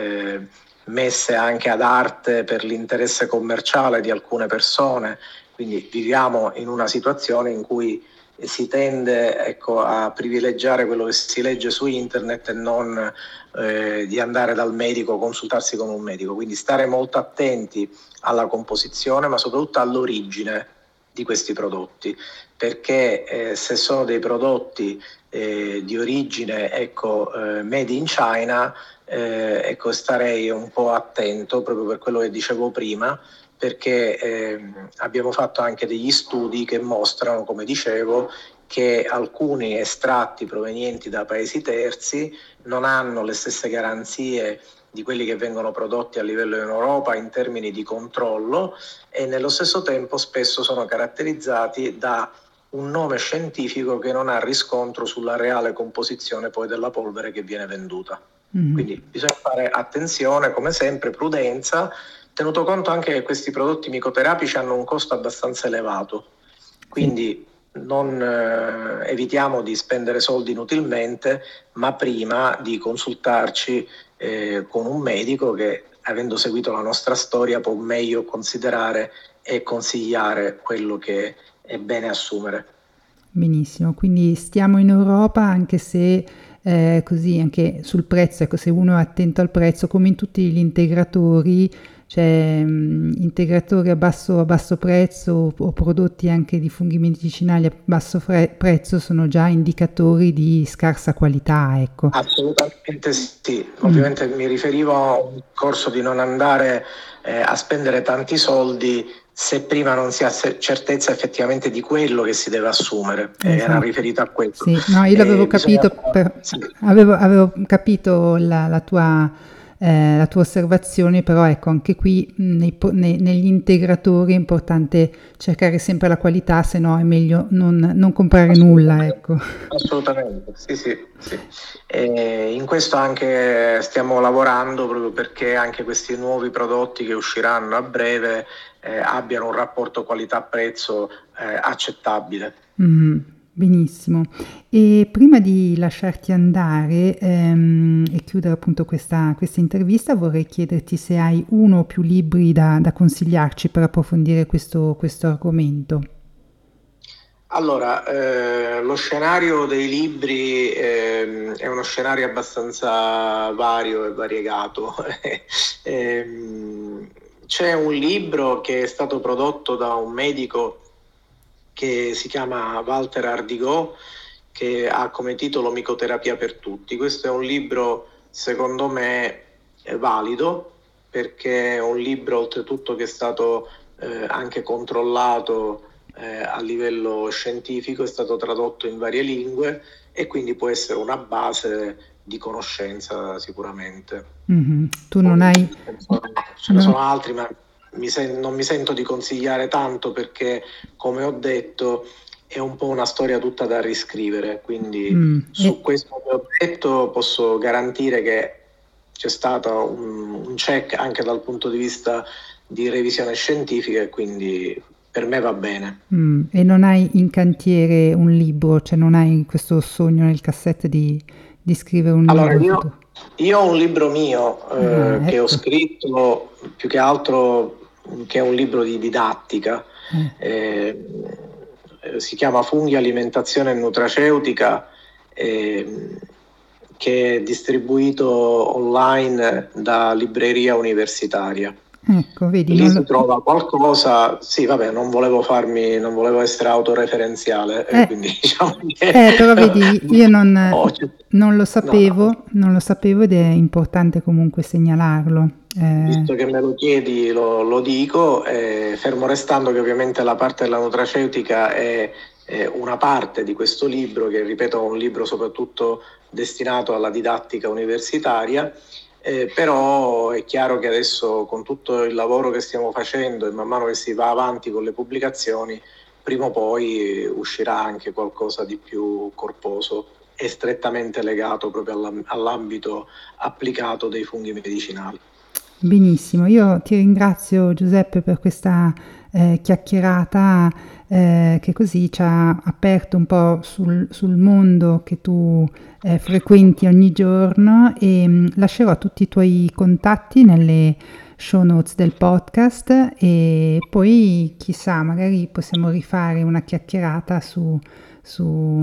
messe anche ad arte per l'interesse commerciale di alcune persone. Quindi viviamo in una situazione in cui si tende, ecco, a privilegiare quello che si legge su internet e non di andare dal medico, consultarsi con un medico. Quindi stare molto attenti alla composizione, ma soprattutto all'origine di questi prodotti, perché se sono dei prodotti di origine, ecco, made in China, ecco, starei un po' attento proprio per quello che dicevo prima, perché abbiamo fatto anche degli studi che mostrano, come dicevo, che alcuni estratti provenienti da paesi terzi non hanno le stesse garanzie di quelli che vengono prodotti a livello in Europa in termini di controllo, e nello stesso tempo spesso sono caratterizzati da un nome scientifico che non ha riscontro sulla reale composizione poi della polvere che viene venduta. Quindi bisogna fare attenzione, come sempre, prudenza, tenuto conto anche che questi prodotti micoterapici hanno un costo abbastanza elevato. Quindi non evitiamo di spendere soldi inutilmente, ma prima di consultarci con un medico che, avendo seguito la nostra storia, può meglio considerare e consigliare quello che è bene assumere. Benissimo, quindi stiamo in Europa anche se così anche sul prezzo, ecco, se uno è attento al prezzo, come in tutti gli integratori, cioè integratori a basso prezzo o prodotti anche di funghi medicinali a basso prezzo sono già indicatori di scarsa qualità, ecco. Assolutamente sì, ovviamente mi riferivo a un discorso di non andare a spendere tanti soldi se prima non si ha certezza effettivamente di quello che si deve assumere. Era Esatto. riferito a questo. Sì, no, io l'avevo Bisogna... capito, Sì. avevo capito la tua osservazione, però ecco, anche qui negli integratori è importante cercare sempre la qualità, se no è meglio non comprare nulla, Assolutamente, ecco. assolutamente, sì, sì, sì. E in questo anche stiamo lavorando proprio perché anche questi nuovi prodotti che usciranno a breve abbiano un rapporto qualità-prezzo accettabile. Mhm, benissimo. E prima di lasciarti andare e chiudere appunto questa intervista, vorrei chiederti se hai uno o più libri da consigliarci per approfondire questo argomento. Allora, lo scenario dei libri è uno scenario abbastanza vario e variegato. C'è un libro che è stato prodotto da un medico che si chiama Walter Ardigot, che ha come titolo Micoterapia per tutti. Questo è un libro, secondo me, valido, perché è un libro oltretutto che è stato anche controllato a livello scientifico, è stato tradotto in varie lingue e quindi può essere una base di conoscenza sicuramente. Mhm. Tu non Poi hai... ce ne no. sono altri, ma non mi sento di consigliare tanto perché, come ho detto, è un po' una storia tutta da riscrivere. Quindi su questo che ho detto posso garantire che c'è stato un check anche dal punto di vista di revisione scientifica e quindi per me va bene. E non hai in cantiere un libro, cioè non hai questo sogno nel cassetto di scrivere un Allora, libro in futuro? io ho un libro mio Ah, che ho ecco. scritto più che altro, che è un libro di didattica. Eh, Si chiama Funghi, alimentazione e nutraceutica, che è distribuito online da Libreria Universitaria. Ecco, vedi, Lì si trova qualcosa, sì, vabbè, non volevo essere autoreferenziale, quindi diciamo che però vedi, io oh, c'è- non lo no, no, sapevo, non lo sapevo ed è importante comunque segnalarlo. visto che me lo chiedi, lo dico, fermo restando che ovviamente la parte della nutraceutica è una parte di questo libro, che ripeto è un libro soprattutto destinato alla didattica universitaria, però è chiaro che adesso con tutto il lavoro che stiamo facendo e man mano che si va avanti con le pubblicazioni, prima o poi uscirà anche qualcosa di più corposo e strettamente legato proprio all'ambito applicato dei funghi medicinali. Benissimo, io ti ringrazio Giuseppe per questa chiacchierata che così ci ha aperto un po' sul mondo che tu frequenti ogni giorno e lascerò tutti i tuoi contatti nelle show notes del podcast e poi chissà, magari possiamo rifare una chiacchierata su,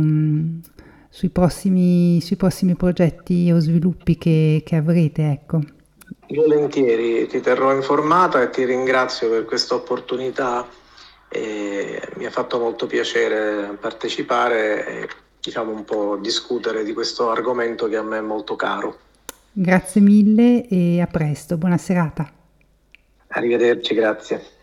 sui prossimi progetti o sviluppi che avrete, ecco. Volentieri, ti terrò informata e ti ringrazio per questa opportunità. Mi ha fatto molto piacere partecipare e diciamo un po' discutere di questo argomento che a me è molto caro. Grazie mille e a presto, buona serata. Arrivederci, grazie.